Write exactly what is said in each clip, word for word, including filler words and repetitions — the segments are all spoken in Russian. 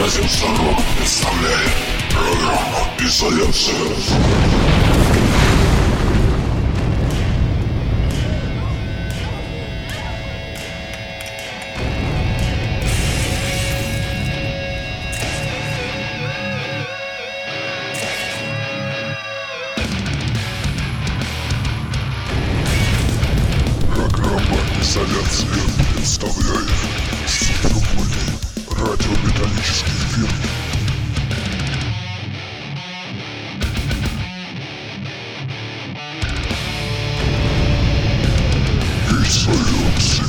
Радиошаров представляет программу «Изоляция». Программа «Изоляция» представляет супергульный радиометаллический фильм. Изоляция.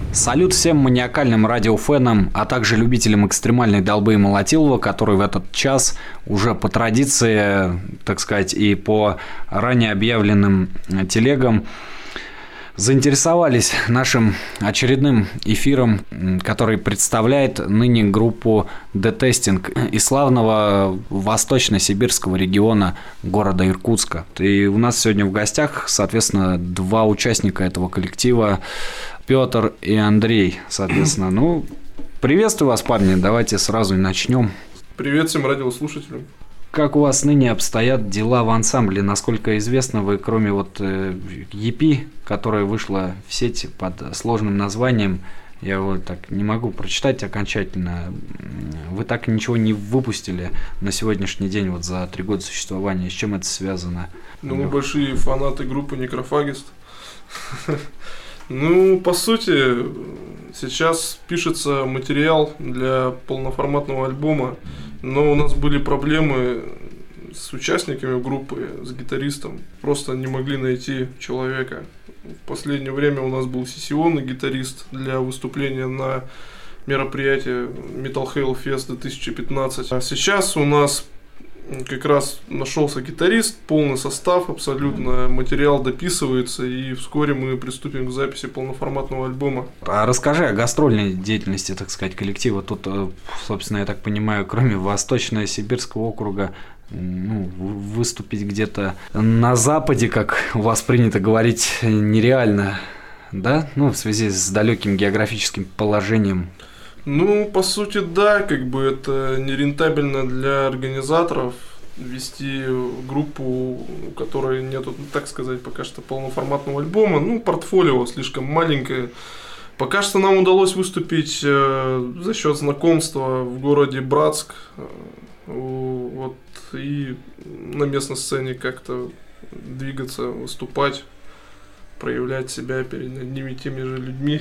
Салют всем маниакальным радиофенам, а также любителям экстремальной долбы и молотилова, которые в этот час уже по традиции, так сказать, и по ранее объявленным телегам заинтересовались нашим очередным эфиром, который представляет ныне группу D-Testing из славного восточно-сибирского региона города Иркутска. И у нас сегодня в гостях, соответственно, два участника этого коллектива, Петр и Андрей, соответственно. Ну, приветствую вас, парни, давайте сразу и начнем. Привет всем радиослушателям. Как у вас ныне обстоят дела в ансамбле? Насколько известно, вы, кроме вот и пи, которая вышла в сеть под сложным названием, я его так не могу прочитать окончательно, вы так ничего не выпустили на сегодняшний день, вот за три года существования. С чем это связано? Ну, мы большие фанаты группы Некрофагист. Ну, по сути, сейчас пишется материал для полноформатного альбома, но у нас были проблемы с участниками группы, с гитаристом. Просто не могли найти человека. В последнее время у нас был сессионный гитарист для выступления на мероприятии Metal Hell Fest две тысячи пятнадцать. А сейчас у нас как раз нашелся гитарист, полный состав, абсолютно материал дописывается, и вскоре мы приступим к записи полноформатного альбома. А расскажи о гастрольной деятельности, так сказать, коллектива. Тут, собственно, я так понимаю, кроме Восточно-Сибирского округа, ну, выступить где-то на Западе, как у вас принято говорить, нереально, да? Ну, в связи с далеким географическим положением. Ну, по сути, да, как бы это нерентабельно для организаторов вести группу, у которой нету, так сказать, пока что полноформатного альбома. Ну, портфолио слишком маленькое. Пока что нам удалось выступить э, за счет знакомства в городе Братск. Э, вот, и на местной сцене как-то двигаться, выступать, проявлять себя перед одними и теми же людьми.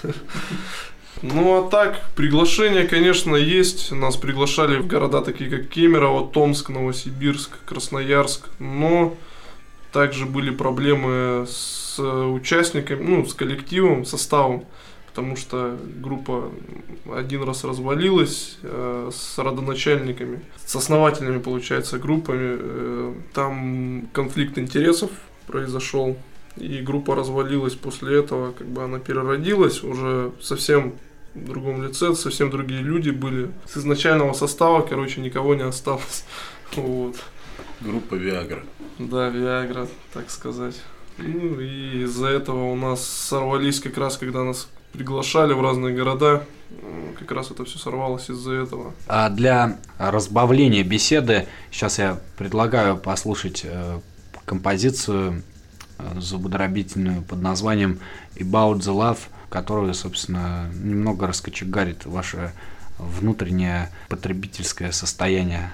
Ну а так, приглашения, конечно, есть. Нас приглашали в города такие, как Кемерово, Томск, Новосибирск, Красноярск. Но также были проблемы с участниками, ну, с коллективом, составом. Потому что группа один раз развалилась э, с родоначальниками, с основателями, получается, группами. Э, там конфликт интересов произошел. И группа развалилась после этого, как бы она переродилась, уже совсем в другом лице, совсем другие люди были. С изначального состава, короче, никого не осталось. Вот. Группа Viagra. Да, Viagra, так сказать. Ну и из-за этого у нас сорвались как раз, когда нас приглашали в разные города, как раз это все сорвалось из-за этого. А для разбавления беседы сейчас я предлагаю послушать композицию зубодробительную под названием About the Love, которая, собственно, немного раскочегарит ваше внутреннее потребительское состояние.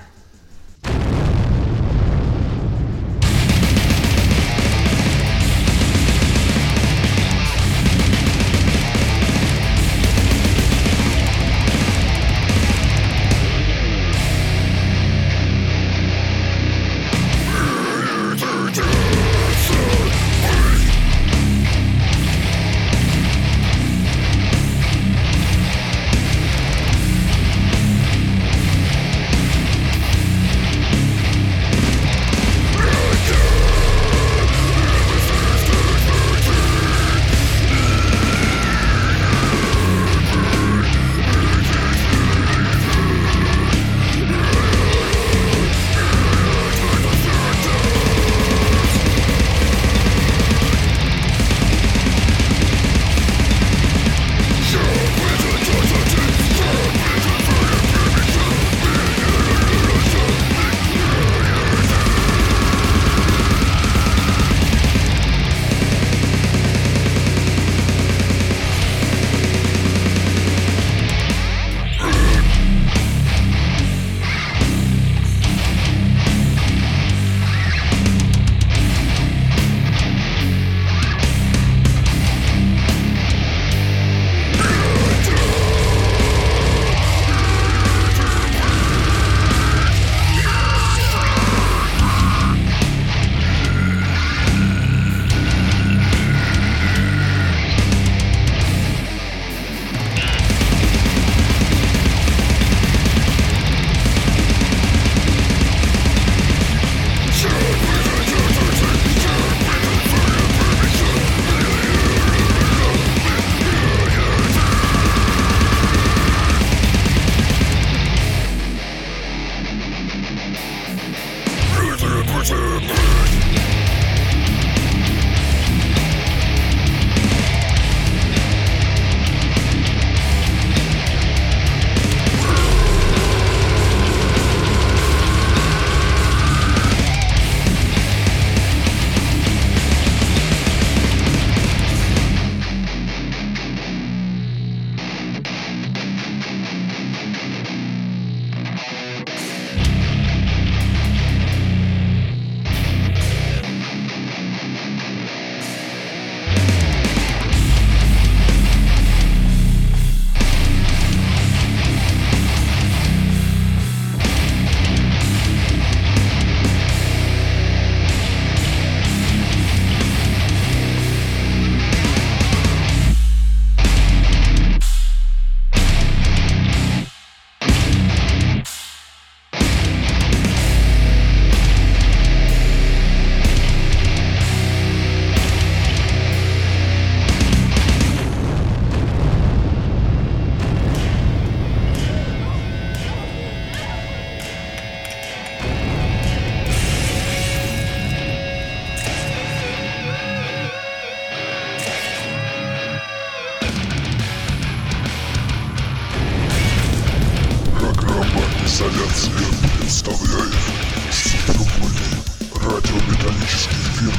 Изоляция представляет супербольный радиометаллический эфир.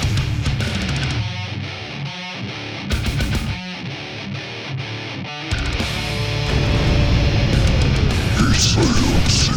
Изоляция.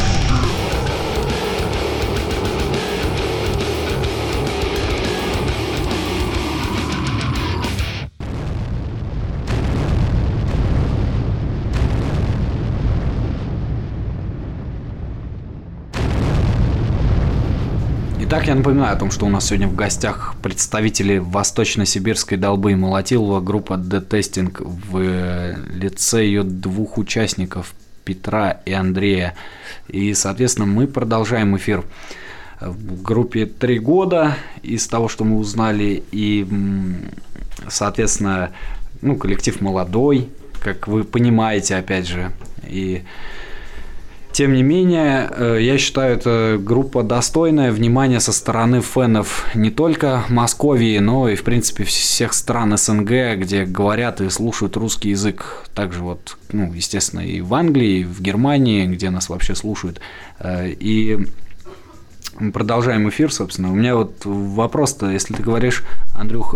Итак, я напоминаю о том, что у нас сегодня в гостях представители восточно-сибирской долбы и Молотилова, группа D-Testing в лице ее двух участников, Петра и Андрея. И, соответственно, мы продолжаем эфир в группе три года из того, что мы узнали. И, соответственно, ну, коллектив молодой, как вы понимаете, опять же. И тем не менее, я считаю, это группа достойная внимания со стороны фенов не только Московии, но и, в принципе, всех стран СНГ, где говорят и слушают русский язык. Также вот, ну, естественно, и в Англии, и в Германии, где нас вообще слушают. И мы продолжаем эфир, собственно. У меня вот вопрос-то, если ты говоришь, Андрюх,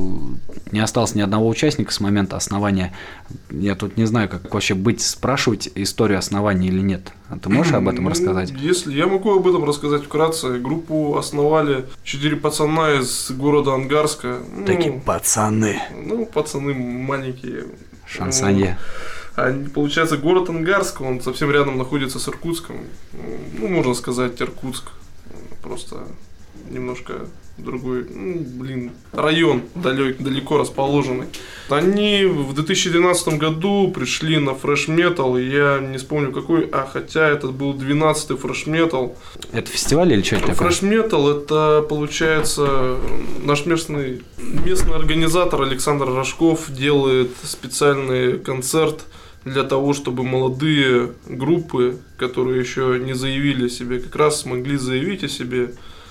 не осталось ни одного участника с момента основания. Я тут не знаю, как вообще быть, спрашивать историю основания или нет. А ты можешь об этом рассказать? Если я могу об этом рассказать вкратце. Группу основали четыре пацана из города Ангарска. Такие ну, пацаны. Ну, пацаны маленькие. Шансонье. А получается, город Ангарск, он совсем рядом находится с Иркутском. Ну, можно сказать, Иркутск. Просто немножко другой, ну, блин, район далек, далеко расположенный. Они в две тысячи двенадцатом году пришли на Fresh Metal, я не вспомню какой, а хотя это был двенадцатый Fresh Metal. Это фестиваль или что это такое? Fresh Metal это, получается, наш местный, местный организатор Александр Рожков делает специальный концерт для того, чтобы молодые группы, которые еще не заявили о себе, как раз смогли заявить о себе,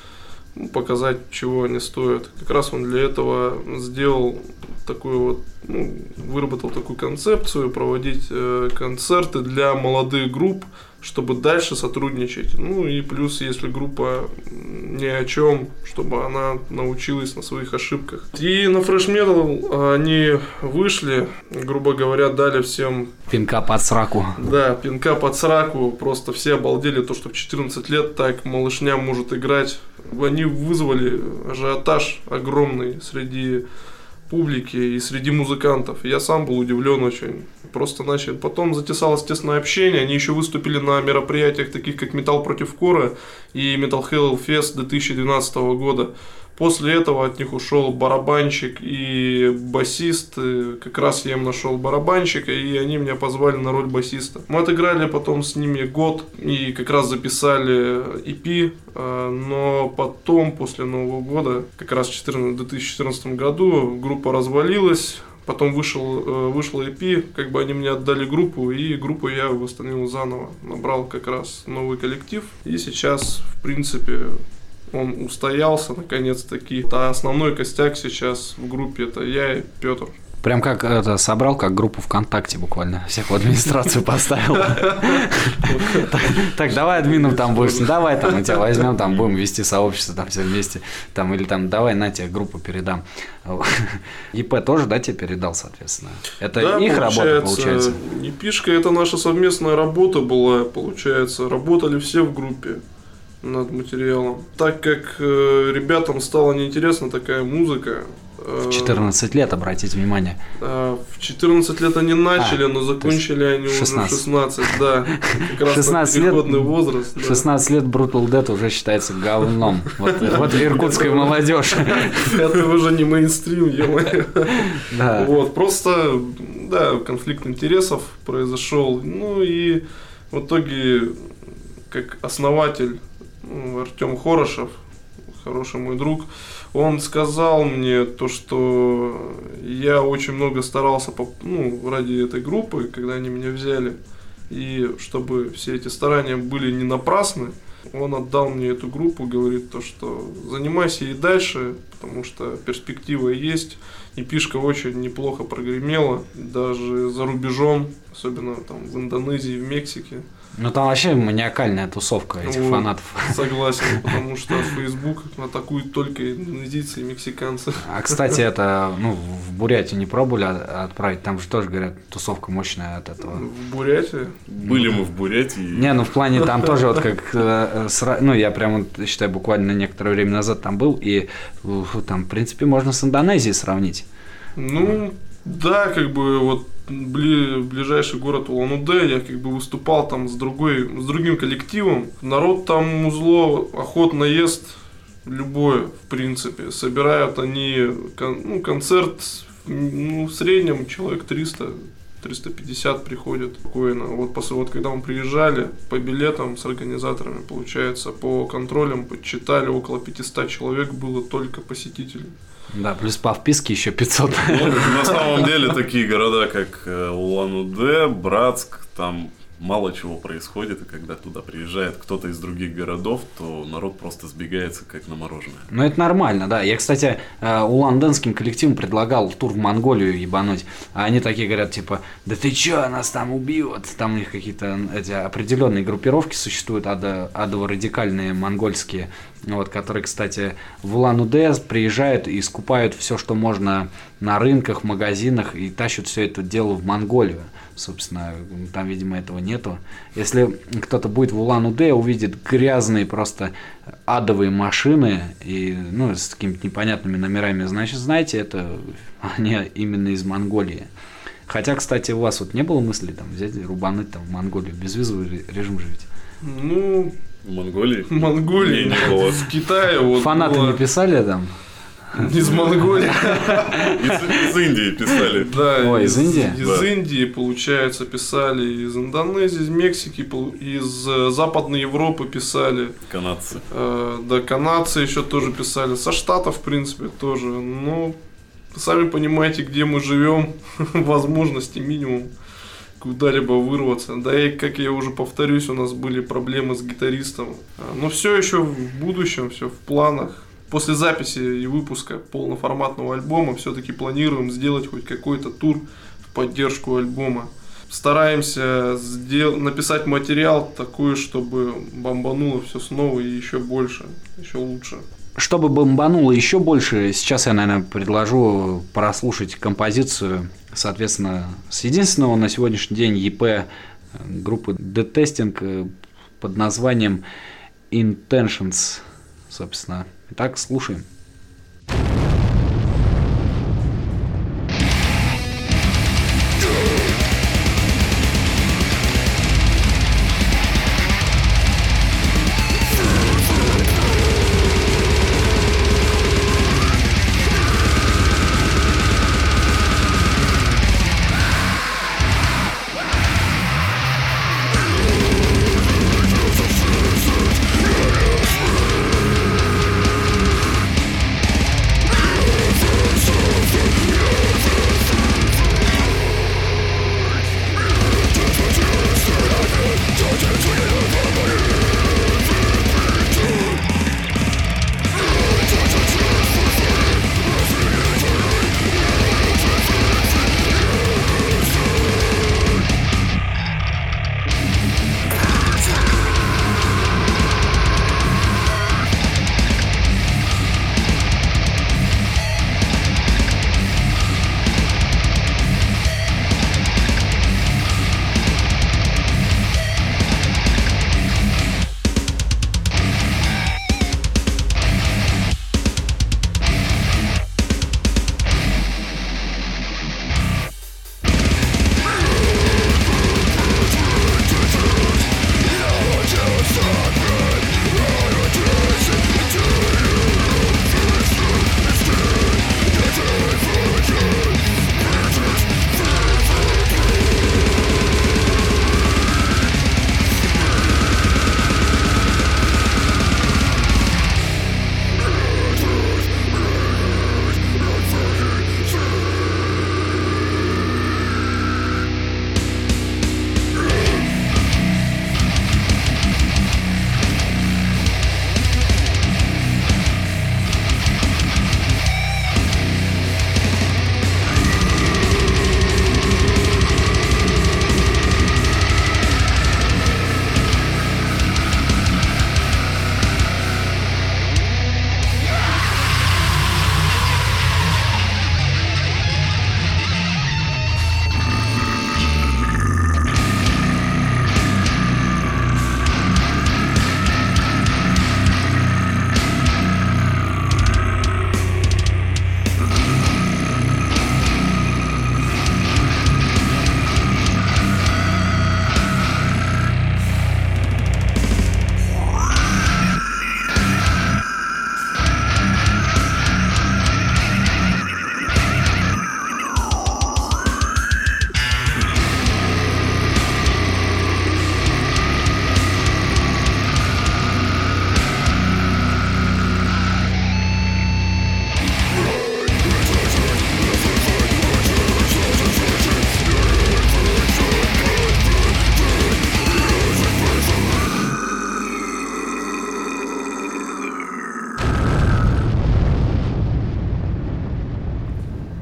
ну, показать, чего они стоят. Как раз он для этого сделал такую вот, ну, выработал такую концепцию, проводить э, концерты для молодых групп, чтобы дальше сотрудничать. Ну и плюс, если группа ни о чем, чтобы она научилась на своих ошибках. И на Fresh Metal они вышли, грубо говоря, дали всем пинка под сраку. Да, пинка под сраку. Просто все обалдели, то, что в четырнадцать лет так малышня может играть. Они вызвали ажиотаж огромный среди публики и среди музыкантов. Я сам был удивлен очень. Просто начали. Потом затесалось тесное общение. Они еще выступили на мероприятиях, таких как Metal против Кора и Metal Hell Fest две тысячи двенадцатого года. После этого от них ушел барабанщик и басист. Как раз я им нашел барабанщика, и они меня позвали на роль басиста. Мы отыграли потом с ними год и как раз записали и пи. Но потом, после Нового года, как раз в две тысячи четырнадцатом году, группа развалилась. Потом вышел, вышла и пи, как бы они мне отдали группу, и группу я восстановил заново. Набрал как раз новый коллектив. И сейчас, в принципе, он устоялся наконец-таки. А основной костяк сейчас в группе это я и Петр. Прям как это собрал, как группу ВКонтакте буквально. Всех в администрацию поставил. Так, давай админом там будешь. Давай там мы тебя возьмем, там будем вести сообщество там все вместе. Там или там давай на тебе группу передам. ИП тоже, да, тебе передал, соответственно. Это их работа, получается. ИПишка это наша совместная работа была, получается. Работали все в группе над материалом. Так как ребятам стало неинтересна такая музыка. В четырнадцать лет, обратите внимание. В четырнадцать лет они начали, а, но закончили они шестнадцать. Уже в шестнадцать, да. Как раз шестнадцать переходный лет, возраст. Да. шестнадцать лет Brutal Death уже считается говном. Вот, вот иркутская молодежь. Это уже не мейнстрим, ё-моё. Да. Вот, просто, да, конфликт интересов произошел. Ну и в итоге, как основатель, Артем Хорошев, хороший мой друг, он сказал мне то, что я очень много старался, ну, ради этой группы, когда они меня взяли, и чтобы все эти старания были не напрасны, он отдал мне эту группу, говорит то, что занимайся и дальше, потому что перспектива есть, и пишка очень неплохо прогремела, даже за рубежом, особенно там в Индонезии, в Мексике. Ну там вообще маниакальная тусовка этих Вот, фанатов. Согласен, потому что Facebook атакуют только индонезийцы и мексиканцы. А, кстати, это, ну, в Бурятию не пробовали отправить? Там же тоже, говорят, тусовка мощная от этого. В Бурятии? Были мы в Бурятии. Не, ну в плане там тоже вот как, э, сра- ну я прям, вот, считаю, буквально некоторое время назад там был, и э, там, в принципе, можно с Индонезией сравнить. Ну, да, как бы вот бли- ближайший город Улан-Удэ, я как бы выступал там с другой, с другим коллективом. Народ там музло охотно ест любое, в принципе. Собирают они кон- ну, концерт, ну, в среднем человек триста триста пятьдесят приходят спокойно. Вот, после, вот когда мы приезжали по билетам с организаторами, получается, по контролям подсчитали, около пятьсот человек было только посетителей. Да, плюс по вписке еще пятьсот. Ну, на самом деле такие города, как э, Улан-Удэ, Братск, там мало чего происходит, и когда туда приезжает кто-то из других городов, то народ просто сбегается как на мороженое. Ну, это нормально, да. Я, кстати, улан-удэнским коллективам предлагал тур в Монголию ебануть, а они такие говорят, типа, да ты чё, нас там убьют. Там у них какие-то эти определенные группировки существуют, адо- адово-радикальные монгольские, вот, которые, кстати, в Улан-Удэ приезжают и скупают все, что можно на рынках, магазинах, и тащат все это дело в Монголию. Собственно, там, видимо, этого нету. Если кто-то будет в Улан-Удэ, увидит грязные просто адовые машины и, ну, с какими-то непонятными номерами, значит, знаете, это они именно из Монголии. Хотя, кстати, у вас вот не было мысли там взять и рубануть там в Монголию? Безвизовый режим же ведь. Ну, В Монголии? в Монголии, Не, не было. в Китае вот Фанаты было- не писали там? Из Монголии. Из, из Индии писали. Да, Ой, из Индии? Из Да. Индии, получается, писали, из Индонезии, из Мексики, пол- из э, Западной Европы писали. Канадцы. Э, Да, канадцы еще тоже писали. Со Штатов, в принципе, тоже. Ну, сами понимаете, где мы живем, возможности минимум куда-либо вырваться. Да и, как я уже повторюсь, у нас были проблемы с гитаристом. А, Но все еще в будущем, все в планах. После записи и выпуска полноформатного альбома все-таки планируем сделать хоть какой-то тур в поддержку альбома. Стараемся сдел- написать материал такой, чтобы бомбануло все снова и еще больше, еще лучше. Чтобы бомбануло еще больше, сейчас я, наверное, предложу прослушать композицию, соответственно, с единственного на сегодняшний день и пи группы Detesting под названием Intentions, собственно. Итак, слушаем. Yes,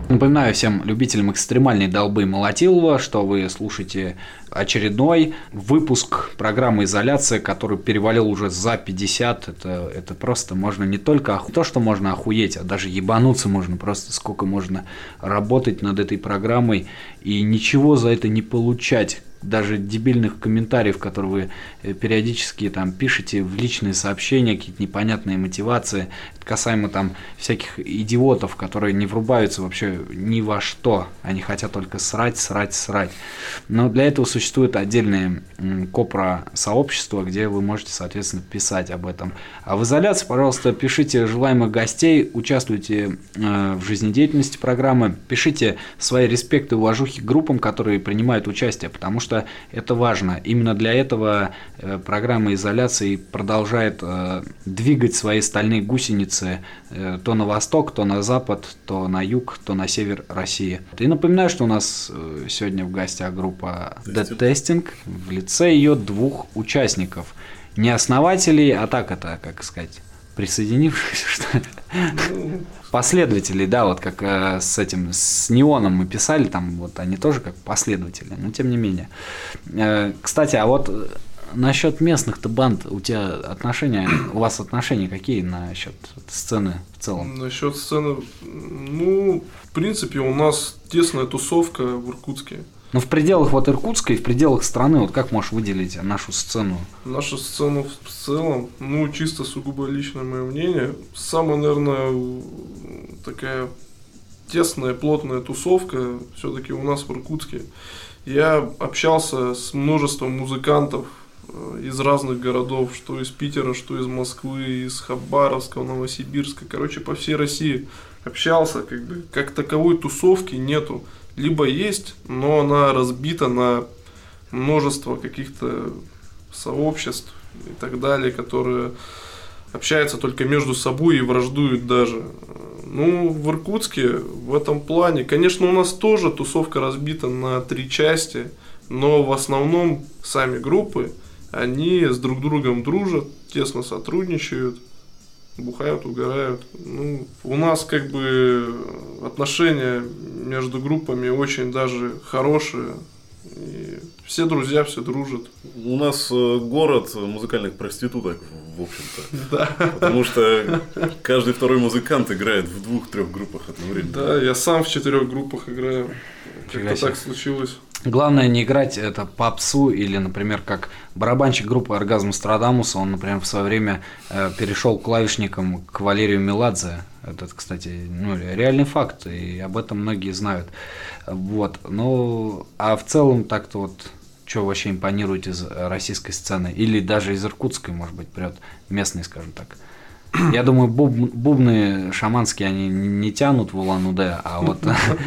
Напоминаю всем любителям экстремальной долбы Молотилова, что вы слушаете очередной выпуск программы «Изоляция», который перевалил уже за пятьдесят. Это, это просто можно не только оху... то, что можно охуеть, а даже ебануться можно. Просто сколько можно работать над этой программой и ничего за это не получать. Даже дебильных комментариев, которые вы периодически там пишете в личные сообщения, какие-то непонятные мотивации, касаемо там всяких идиотов, которые не врубаются вообще ни во что, они хотят только срать, срать, срать. Но для этого существует отдельное копро-сообщество, где вы можете, соответственно, писать об этом. А в изоляции, пожалуйста, пишите желаемых гостей, участвуйте э, в жизнедеятельности программы, пишите свои респекты и уважухи группам, которые принимают участие, потому что что это важно. Именно для этого э, программа изоляции продолжает э, двигать свои стальные гусеницы э, то на восток, то на запад, то на юг, то на север России. И напоминаю, что у нас э, сегодня в гостях группа Dead Testing в лице ее двух участников. Не основателей, а так это, как сказать, присоединившихся, что ли? Последователей, да, вот как э, с этим, с Неоном мы писали, там вот они тоже как последователи, но тем не менее. Э, кстати, а вот насчет местных-то банд у тебя отношения, у вас отношения какие насчет сцены в целом? Насчет сцены, ну, в принципе, у нас тесная тусовка в Иркутске. Ну, в пределах вот Иркутска и в пределах страны, вот как можешь выделить нашу сцену? Нашу сцену в целом, ну, чисто сугубо личное мое мнение, самая, наверное, такая тесная, плотная тусовка все-таки у нас в Иркутске. Я общался с множеством музыкантов из разных городов, что из Питера, что из Москвы, из Хабаровска, Новосибирска, короче, по всей России общался, как бы, как таковой тусовки нету. Либо есть, но она разбита на множество каких-то сообществ и так далее, которые общаются только между собой и враждуют даже. Ну, в Иркутске в этом плане, конечно, у нас тоже тусовка разбита на три части, но в основном сами группы, они с друг другом дружат, тесно сотрудничают, бухают, угорают. Ну, у нас как бы отношения между группами очень даже хорошие. И все друзья, все дружат. У нас город музыкальных проституток, в общем-то. Да. Потому что каждый второй музыкант играет в двух-трех группах одновременно. Да, я сам в четырех группах играю. Как-то так случилось. Главное не играть это попсу или, например, как барабанщик группы Оргазм Страдамуса, он, например, в свое время э, перешел клавишником к Валерию Меладзе. Это, кстати, ну, реальный факт, и об этом многие знают. Вот. Ну, а в целом так-то вот, что вообще импонирует из российской сцены? Или даже из иркутской, может быть, прет местной, скажем так. Я думаю, буб, бубны шаманские, они не тянут в Улан-Удэ, а вот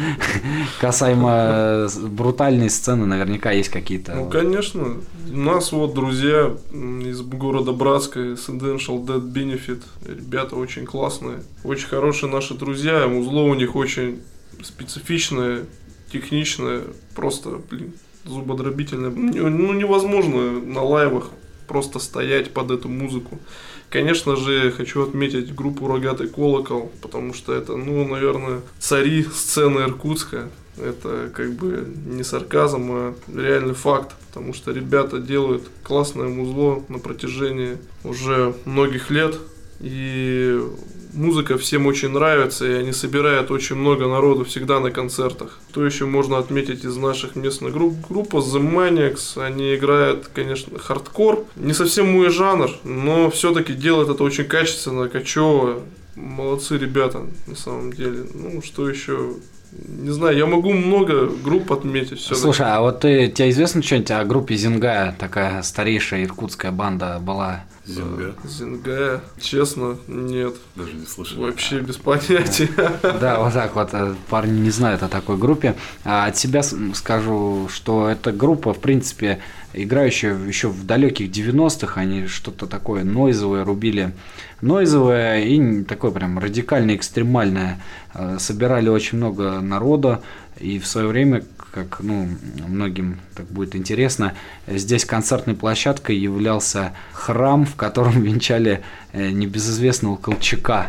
касаемо брутальной сцены, наверняка есть какие-то... Ну, конечно. У нас вот друзья из города Братска, Residential Dead Benefit, ребята очень классные, очень хорошие наши друзья, музло у них очень специфичное, техничное, просто, блин, зубодробительное. Ну, невозможно на лайвах просто стоять под эту музыку. Конечно же, хочу отметить группу «Рогатый колокол», потому что это, ну, наверное, цари сцены Иркутска. Это как бы не сарказм, а реальный факт, потому что ребята делают классное музло на протяжении уже многих лет. И музыка всем очень нравится, и они собирают очень много народу всегда на концертах. Что еще можно отметить из наших местных групп? Группа The Maniacs, они играют, конечно, хардкор. Не совсем мой жанр, но все-таки делают это очень качественно, качево. Молодцы ребята, на самом деле. Ну, что еще... Не знаю, я могу много групп отметить. Все. Слушай, а вот ты, тебе известно что-нибудь о группе Зингая? Такая старейшая иркутская банда была. Зингая? Зингая, честно, нет. Даже не слышал. Вообще без понятия. Да, вот так вот, парни не знают о такой группе. А от себя скажу, что эта группа, в принципе, играющая еще в далеких девяностых, они что-то такое нойзовое рубили. Нойзовое и такое прям радикально экстремальное. Собирали очень много народа, и в свое время, как, ну, многим так будет интересно, здесь концертной площадкой являлся храм, в котором венчали небезызвестного Колчака.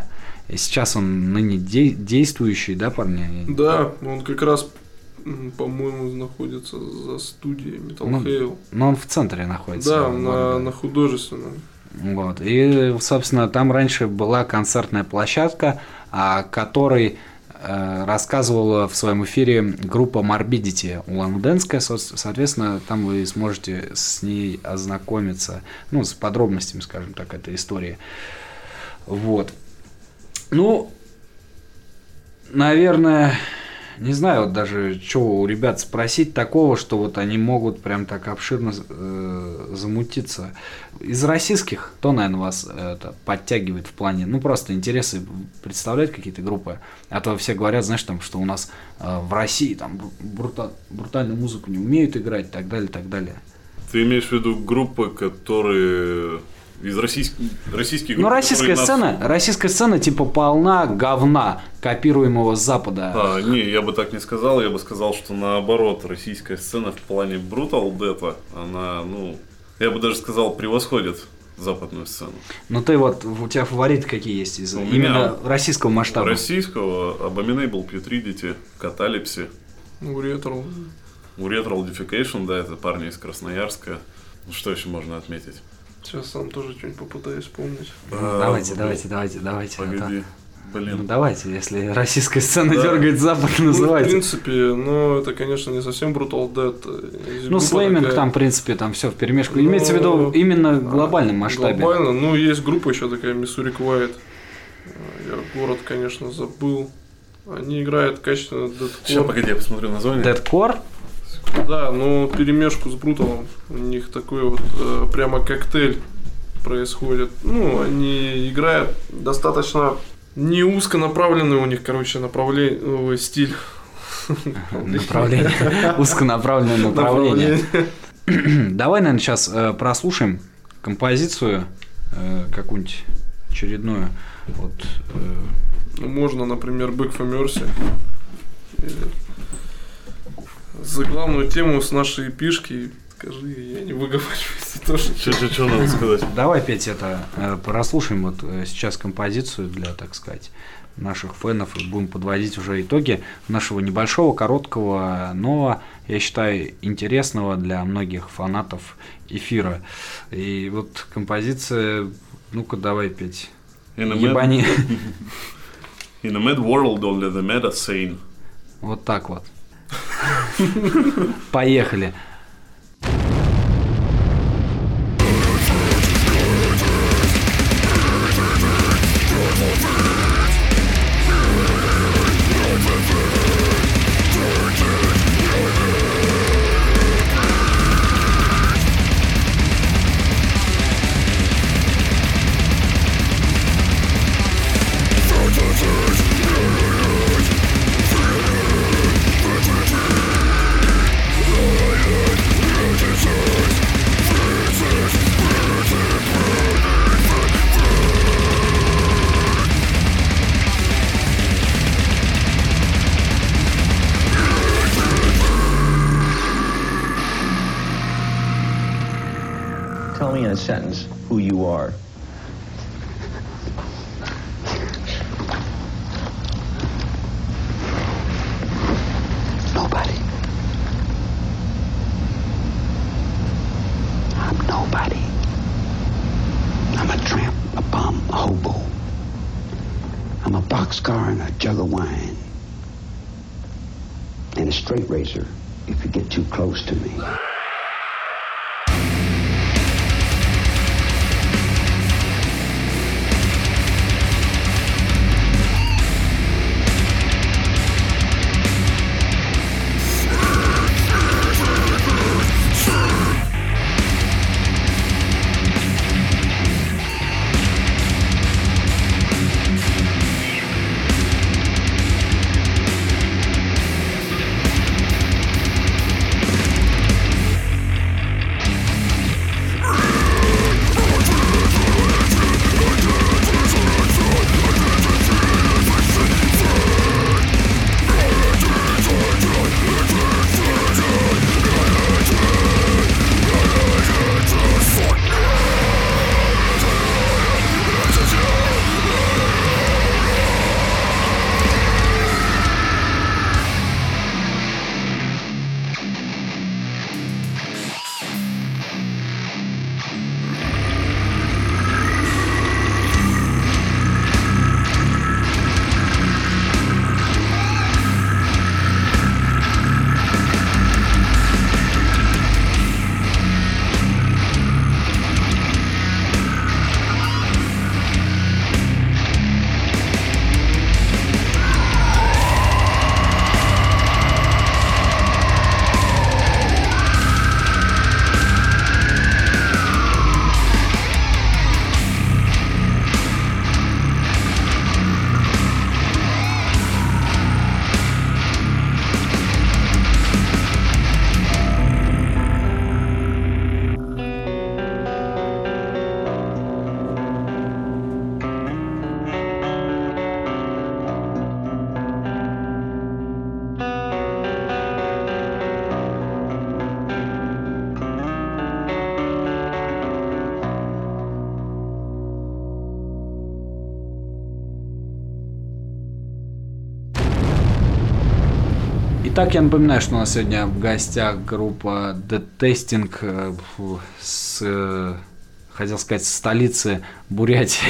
И сейчас он ныне де- действующий, да, парни? Да, он как раз, м, по-моему, находится за студией Metal Ну, Hail. Но он в центре находится. Да, в на, городе. на художественном. Вот. И, собственно, там раньше была концертная площадка, о которой э, рассказывала в своем эфире группа Morbidity улан-удэнская. Со- Соответственно, там вы сможете с ней ознакомиться, ну, с подробностями, скажем так, этой истории. Вот. Ну, наверное, не знаю вот даже, что у ребят спросить такого, что вот они могут прям так обширно э, замутиться. Из российских, кто, наверное, вас это подтягивает в плане, ну, просто интересы представлять какие-то группы, а то все говорят, знаешь, там, что у нас э, в России там брута- брутальную музыку не умеют играть и так далее, и так далее. Ты имеешь в виду группы, которые из российских российских групп? Ну, российская которые сцена, нас- российская сцена типа полна говна, копируемого с Запада. А, не, я бы так не сказал, я бы сказал, что наоборот, российская сцена в плане Brutal Death, она, ну, я бы даже сказал, превосходит западную сцену. Ну ты вот, у тебя фавориты какие есть из У именно меня российского масштаба? Российского Abominable Putridity, Catalepsy, Ну, ретро. Uretral Defecation, да, это парни из Красноярска. Ну, что еще можно отметить? Сейчас сам тоже что-нибудь попытаюсь вспомнить. Ну, А, давайте, ну, давайте, давайте, давайте. а то- Погоди, Ну блин. давайте, если российская сцена Да. дергает Запад, Ну, в называйте. принципе, ну, это, конечно, не совсем Brutal Death. Есть Ну, группа слейминг такая- там, в принципе, там все в перемешку. Ну, Имеется в виду именно в глобальном масштабе. Глобально, ну, есть группа еще такая, Missouri Quiet. Я город, конечно, забыл. Они играют качественно Сейчас, дэткор. погоди, я посмотрю название. Deadcore? Да, ну, перемешку с Бруталом. У них такой вот э, прямо коктейль происходит. Ну, они играют достаточно не узконаправленный у них, короче, направление, ой, стиль. Направление. Узконаправленное направление. Направление. Давай, наверное, сейчас э, прослушаем композицию э, какую-нибудь очередную. Вот, э, Ну, можно, например, Back for Mercy. Или заглавную тему с нашей эпишки. Скажи, я не выговариваюсь тоже. Что надо сказать? Давай, Петь, это э, прослушаем вот э, сейчас композицию для, так сказать, наших фенов и будем подводить уже итоги нашего небольшого, короткого, но, я считаю, интересного для многих фанатов эфира. И вот композиция, ну-ка давай, Петь, In a, mad, ебани. in a mad world only the mad are sane. Вот так вот. Поехали. Tell me in a sentence who you are. Nobody. I'm nobody. I'm a tramp, a bum, a hobo. I'm a boxcar and a jug of wine. And a straight razor if you get too close to me. Итак, я напоминаю, что у нас сегодня в гостях группа Dead Testing э, фу, с, э, хотел сказать, с столицы Бурятии.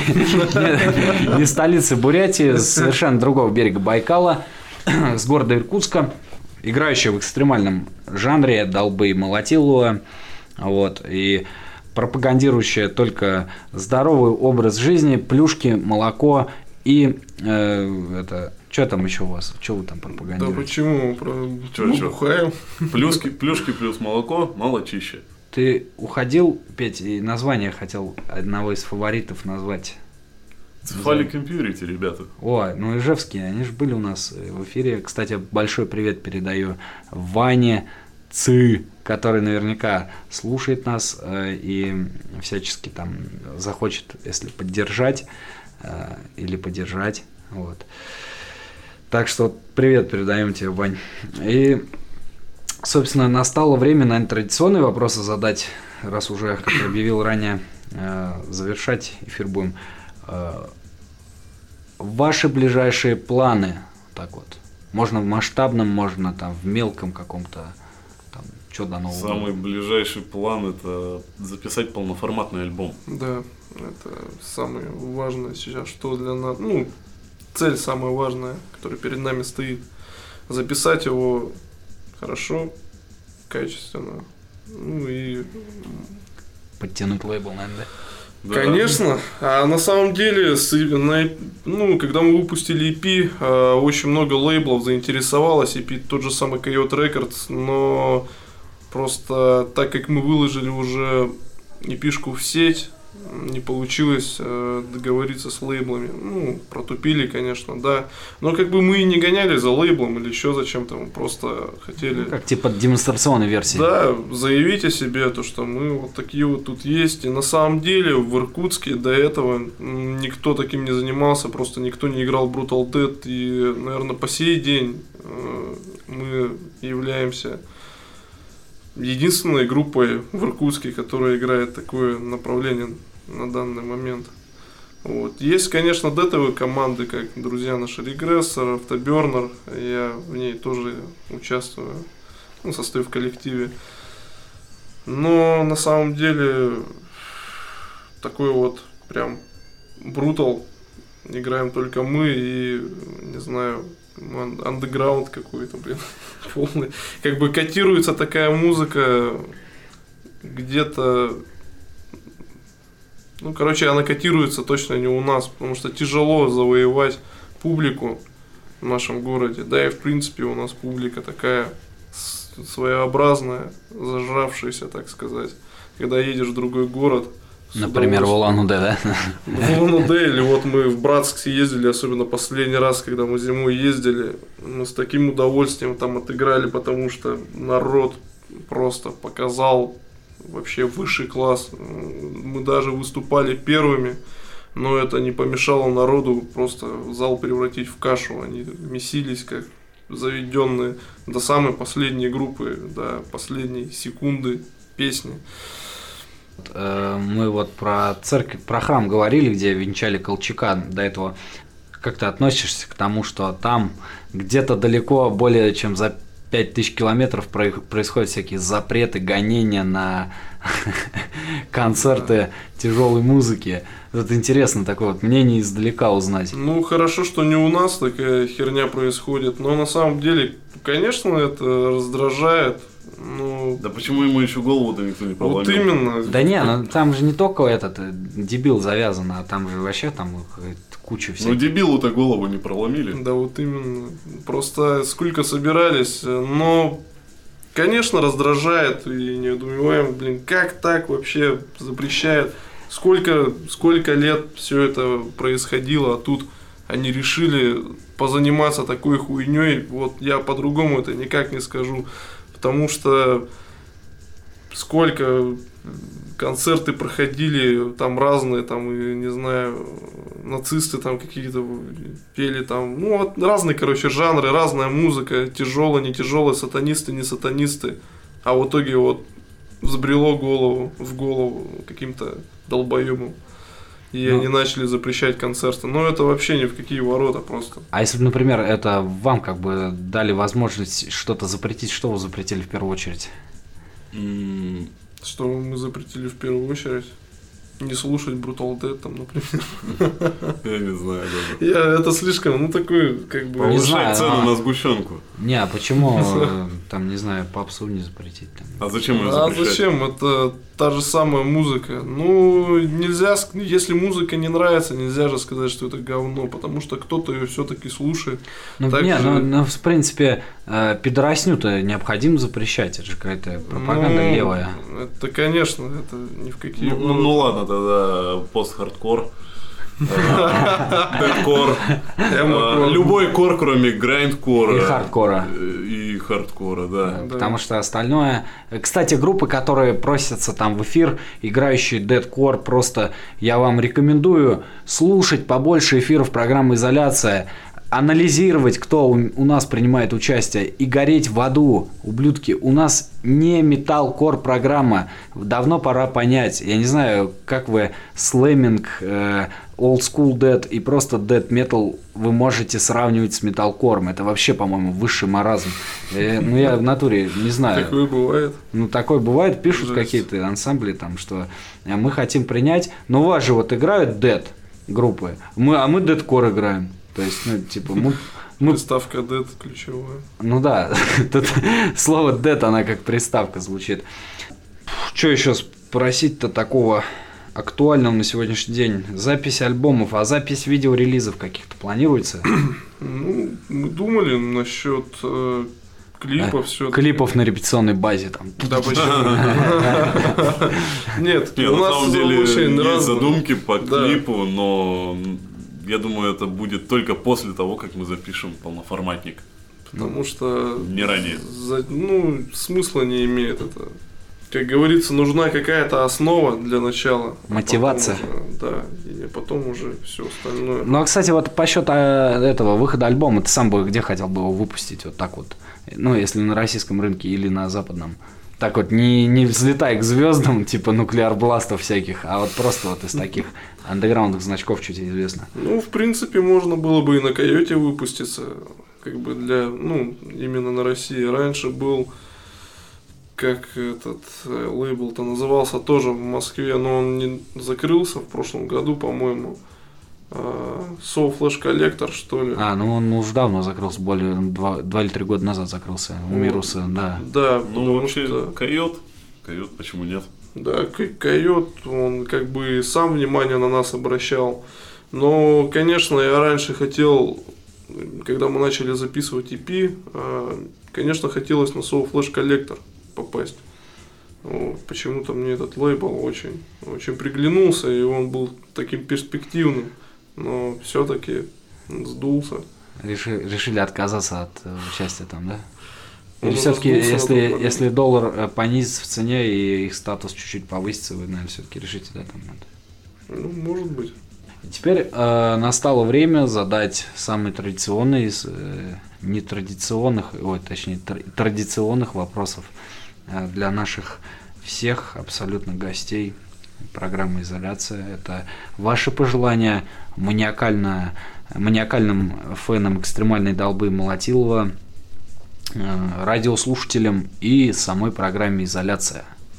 Не столицы Бурятии, с совершенно другого берега Байкала, с города Иркутска, играющая в экстремальном жанре долбы и молотилова, вот, и пропагандирующая только здоровый образ жизни, плюшки, молоко и э, это... Что там еще у вас? Что вы там пропагандируете? Да почему? Про... Чё, ну, чё? бухаем. Плюшки, плюшки плюс молоко, мало чище. Ты уходил, Петь, и название хотел одного из фаворитов назвать. Cephalic Impurity, ребята. О, ну Ижевские, они же были у нас в эфире. Кстати, большой привет передаю Ване Ци, который наверняка слушает нас э, и всячески там захочет, если поддержать э, или поддержать. Вот. Так что привет передаем тебе, Вань. И, собственно, настало время, наверное, традиционные вопросы задать, раз уже, как я объявил ранее, э, завершать эфир будем. Э, ваши ближайшие планы, так вот, можно в масштабном, можно там в мелком каком-то, там, что до Нового года? Самый ближайший план — это записать полноформатный альбом. Да, это самое важное сейчас, что для нас, ну, цель самая важная, которая перед нами стоит. Записать его хорошо, качественно, ну и... Подтянуть лейбл, наверное, да? Да. Конечно, а на самом деле, с- на- ну, когда мы выпустили и пи, а, очень много лейблов заинтересовалось, и пи тот же самый Coyote Records, но просто так как мы выложили уже и пи-шку в сеть, не получилось э, договориться с лейблами. Ну, протупили, конечно, да. Но как бы мы и не гоняли за лейблом или еще зачем-то, мы просто хотели... Как типа демонстрационной версии. Да, заявить о себе, то, что мы вот такие вот тут есть. И на самом деле в Иркутске до этого м, никто таким не занимался, просто никто не играл в Brutal Dead. И, наверное, по сей день э, мы являемся единственной группой в Иркутске, которая играет такое направление на данный момент. Вот. Есть, конечно, детовые команды, как друзья наши Регрессор, Автобернер. Я в ней тоже участвую, ну, состою в коллективе. Но на самом деле такой вот прям брутал играем только мы и, не знаю, андеграунд какой-то, блин, полный. Как бы котируется такая музыка где-то... Ну, короче, она котируется точно не у нас, потому что тяжело завоевать публику в нашем городе. Да и, в принципе, у нас публика такая своеобразная, зажравшаяся, так сказать. Когда едешь в другой город... Например, в Улан-Удэ, да? В Улан-Удэ, или вот мы в Братск съездили, особенно последний раз, когда мы зимой ездили, мы с таким удовольствием там отыграли, потому что народ просто показал вообще высший класс. Мы даже выступали первыми, но это не помешало народу просто зал превратить в кашу. Они месились как заведенные до самой последней группы, до последней секунды песни. Мы вот про церковь, про храм говорили, где венчали Колчака до этого. Как ты относишься к тому, что там где-то далеко, более чем за пять тысяч километров происходят всякие запреты, гонения на концерты тяжелой музыки? Вот интересно такое вот мнение издалека узнать. Ну, хорошо, что не у нас такая херня происходит, но на самом деле, конечно, это раздражает. Ну, Да почему ему еще голову-то никто не проломил? вот именно. Да не, ну там же не только этот э, дебил завязан, а там же вообще там куча всяких. Ну дебилу-то голову не проломили. Да, вот именно. Просто сколько собирались, но, конечно, раздражает и недоумеваем, блин, как так вообще запрещает? Сколько, сколько лет все это происходило, а тут они решили позаниматься такой хуйней. Вот я по-другому это никак не скажу. Потому что сколько концерты проходили, там разные, там, и, не знаю, нацисты там какие-то пели там, ну, вот разные, короче, жанры, разная музыка, тяжелая, не тяжелая, сатанисты, не сатанисты, а в итоге вот взбрело голову, в голову каким-то долбоебам и Ну. они начали запрещать концерты. Но это вообще ни в какие ворота просто. А если бы, например, это вам как бы дали возможность что-то запретить, что вы запретили в первую очередь? М, Что мы запретили в первую очередь? Не слушать Brutal Dead, там, например. Я не знаю даже. Я, это слишком, ну, такой, как бы... Не Повышать знаю, цену а- на сгущенку. Не, а почему, э, там, не знаю, попсу не запретить? Там? А зачем ее А запрещать? зачем? Это та же самая музыка. Ну, нельзя, ск- если музыка не нравится, нельзя же сказать, что это говно, потому что кто-то ее все-таки слушает. Ну, Так не, же- ну, ну, в принципе, э, пидоросню-то необходимо запрещать, это же какая-то пропаганда Ну, левая. Это, конечно, это ни в какие Ну, ну, ворота. ну ладно, тогда пост-хардкор. э, Дэдкор. Эмо-кор. э, Любой кор, кроме грайндкора. И хардкора. э, И хардкора, да. Да. Потому что остальное... Кстати, группы, которые просятся там в эфир, играющие Deadcore, просто я вам рекомендую слушать побольше эфиров программы «Изоляция», анализировать, кто у, у нас принимает участие, и гореть в аду, ублюдки. У нас не металкор программа. Давно пора понять. Я не знаю, как вы слэминг, э, old school dead и просто dead metal вы можете сравнивать с металкором. Это вообще, по-моему, высший маразм. Э, ну, я в натуре не знаю. Такое бывает. Ну, такое бывает, пишут Жесть. какие-то ансамбли, там, что э, мы хотим принять, но у вас же вот играют dead группы, мы, а мы deadcore играем. То есть, ну, типа, мы, мы Приставка Dead ключевая. ну да, тут слово dead, она как приставка звучит. Что еще спросить-то такого актуального на сегодняшний день? Запись альбомов, а запись видеорелизов каких-то планируется? Ну, мы думали насчет э, клипа, все. Клипов на репетиционной базе там. Да, почему? Нет, Не, у на нас самом деле вообще есть разные. задумки по Да. клипу, но я думаю, это будет только после того, как мы запишем полноформатник. Потому что... Не ранее. за- ну, смысла не имеет это. Как говорится, нужна какая-то основа для начала. а Мотивация. потом уже- да, и потом уже все остальное. Ну, а, кстати, вот по счету а, этого выхода альбома, ты сам бы где хотел бы его выпустить? Вот так вот. Ну, если на российском рынке или на западном. Так вот, не, не взлетай к звездам, типа нуклеар-бластов всяких, а вот просто вот из таких андеграундных значков чуть известно. Ну, в принципе, можно было бы и на Койоте выпуститься. Как бы для, ну, именно на России. Раньше был, как этот э, лейбл-то назывался, тоже в Москве, но он не закрылся в прошлом году, по-моему. Soul Flash Collector, что ли. А, ну он уже давно закрылся, более два, два или три года назад закрылся у Вот. Мируса, да. Да, Ну, потому вообще, что... койот. Койот, почему нет? Да, К- Койот, он как бы сам внимание на нас обращал. Но, конечно, я раньше хотел, когда мы начали записывать и пи, э, конечно, хотелось на Soul Flash Collector попасть. Вот, почему-то мне этот лейбл очень, очень приглянулся, и он был таким перспективным. Но все-таки сдулся. Реши- решили отказаться от э, участия там, да? Он Или уже все-таки, сдулся на если, тот момент. если доллар э, понизится в цене и их статус чуть-чуть повысится, вы, наверное, все-таки решите, да, там надо. Ну, может быть. И теперь э, настало время задать самый традиционный из э, нетрадиционных, ой, точнее, тр- традиционных вопросов э, для наших всех абсолютно гостей программы «Изоляция». Это ваши пожелания маниакально, маниакальным фенам экстремальной долбы Молотилова, э, радиослушателям и самой программе «Изоляция».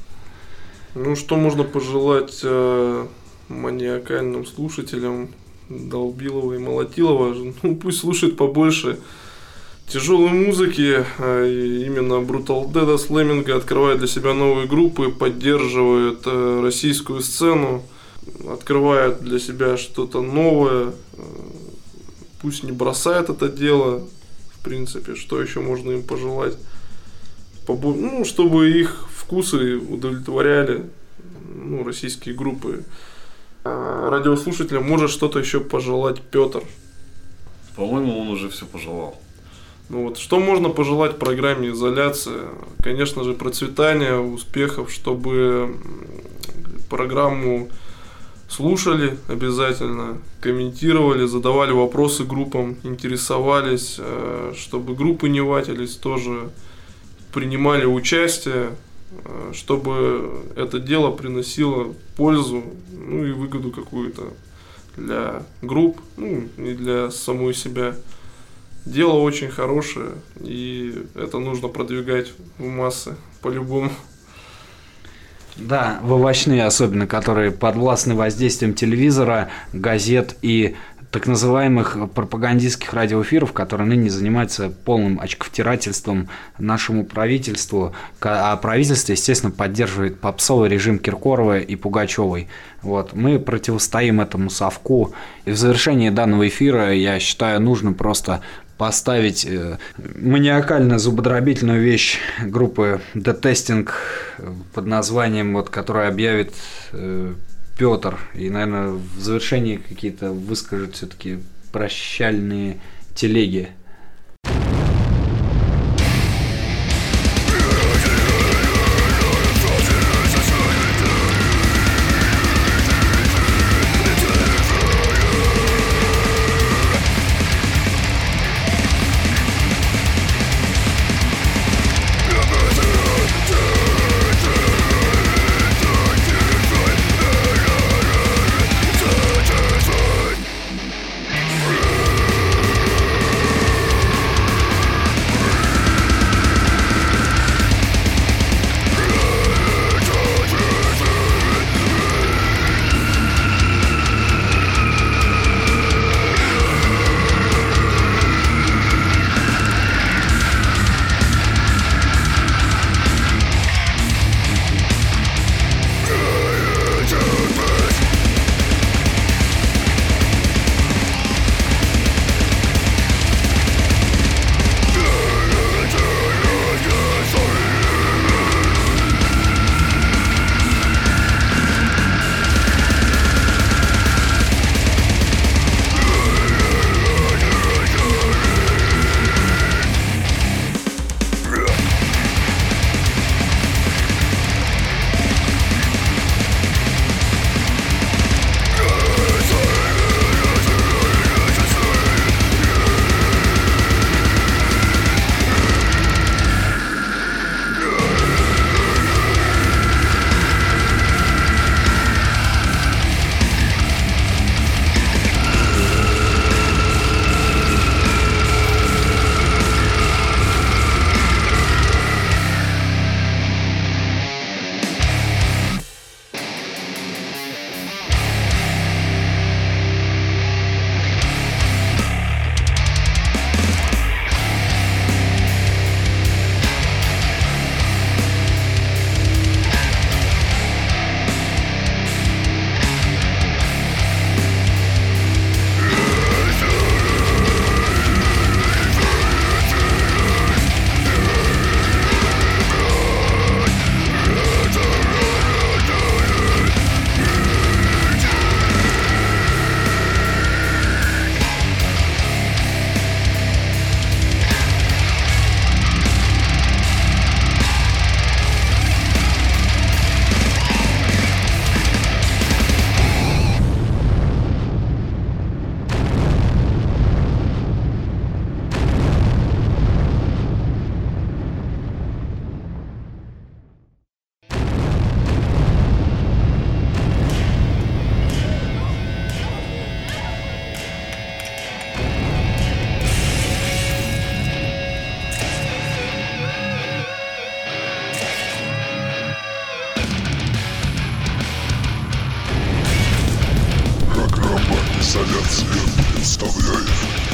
Ну, что можно пожелать э, маниакальным слушателям Долбилова и Молотилова? Ну, пусть слушают побольше тяжелой музыки, э, и именно Brutal Dead, слэминга, открывают для себя новые группы, поддерживают э, российскую сцену, открывают для себя что-то новое. Э, пусть не бросают это дело, в принципе, что еще можно им пожелать? Побо- ну, чтобы их вкусы удовлетворяли, ну, российские группы. А радиослушателям может что-то еще пожелать Петр. По-моему, он уже все пожелал. Ну вот, что можно пожелать программе «Изоляция»? Конечно же, процветания, успехов, чтобы программу слушали обязательно, комментировали, задавали вопросы группам, интересовались, чтобы группы не ватились, тоже принимали участие, чтобы это дело приносило пользу, ну и выгоду какую-то для групп, ну и для самой себя. Дело очень хорошее, и это нужно продвигать в массы по-любому. Да, в овощные особенно, которые подвластны воздействием телевизора, газет и так называемых пропагандистских радиоэфиров, которые ныне занимаются полным очковтирательством нашему правительству, а правительство, естественно, поддерживает попсовый режим Киркоровой и Пугачевой. Вот. Мы противостоим этому совку, и в завершении данного эфира, я считаю, нужно просто поставить э, маниакально-зубодробительную вещь группы Detesting под названием, вот, которая объявит э, Петр, и, наверное, в завершении какие-то выскажут все-таки прощальные телеги. Изоляция представляет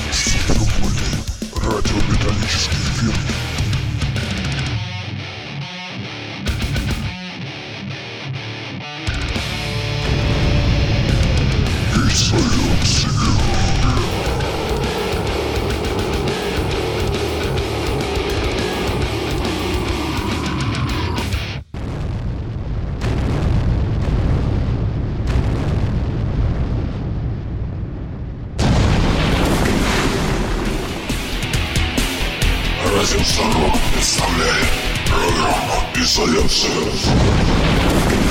супервольный радиометаллический эфир. Изоляция. Радио Сорок представляет программу «Изоляция».